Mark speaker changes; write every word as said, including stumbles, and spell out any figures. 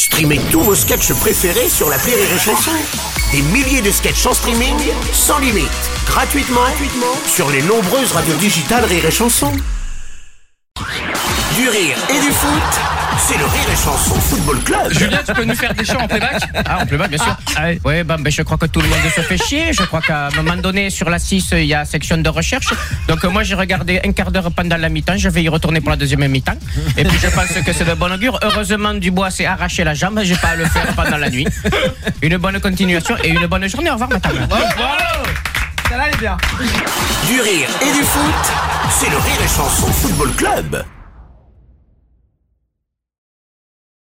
Speaker 1: Streamez tous vos sketchs préférés sur l'appli Rire et Chanson. Des milliers de sketchs en streaming, sans limite, gratuitement, gratuitement sur les nombreuses radios digitales Rire et Chanson. Du rire et du foot, c'est le Rire et Chanson Football Club.
Speaker 2: Julien, tu peux nous faire des chants en playback?
Speaker 3: Ah, en playback, bien sûr. Ah, oui, ouais, bah, bah, je crois que tout le monde se fait chier. Je crois qu'à un moment donné, sur la six, il y a section de recherche. Donc, euh, moi, j'ai regardé un quart d'heure pendant la mi-temps. Je vais y retourner pour la deuxième mi-temps. Et puis, je pense que c'est de bon augure. Heureusement, Dubois s'est arraché la jambe. J'ai pas à le faire pendant la nuit. Une bonne continuation et une bonne journée. Au revoir, madame.
Speaker 2: Ça là, elle est bien.
Speaker 1: Du rire et du foot, c'est le Rire et Chanson Football Club.